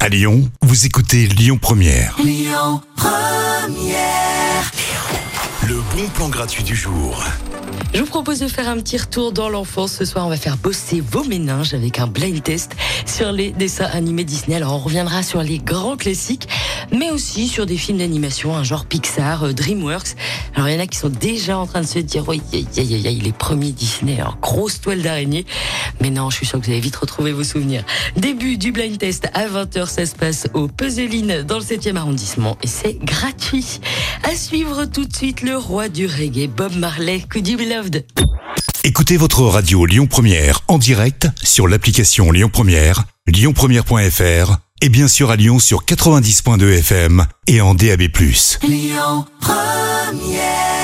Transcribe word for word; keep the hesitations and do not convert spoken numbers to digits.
À Lyon, vous écoutez Lyon Première. Lyon Première. Le bon plan gratuit du jour. Je vous propose de faire un petit retour dans l'enfance. Ce soir, on va faire bosser vos méninges avec un blind test sur les dessins animés Disney. Alors, on reviendra sur les grands classiques, mais aussi sur des films d'animation, un genre Pixar, euh, DreamWorks. Alors, il y en a qui sont déjà en train de se dire, oui, aïe, aïe, aïe, aïe, les premiers Disney, alors grosse toile d'araignée. Mais non, je suis sûre que vous allez vite retrouver vos souvenirs. Début du blind test à vingt heures, ça se passe au Puzzle dans le septième arrondissement et c'est gratuit. À suivre tout de suite, le roi du reggae, Bob Marley, Could You Be Loved? Écoutez votre radio Lyon Première en direct sur l'application Lyon Première, lyon première point f r et bien sûr à Lyon sur quatre-vingt-dix virgule deux F M et en D A B plus. Lyon Première.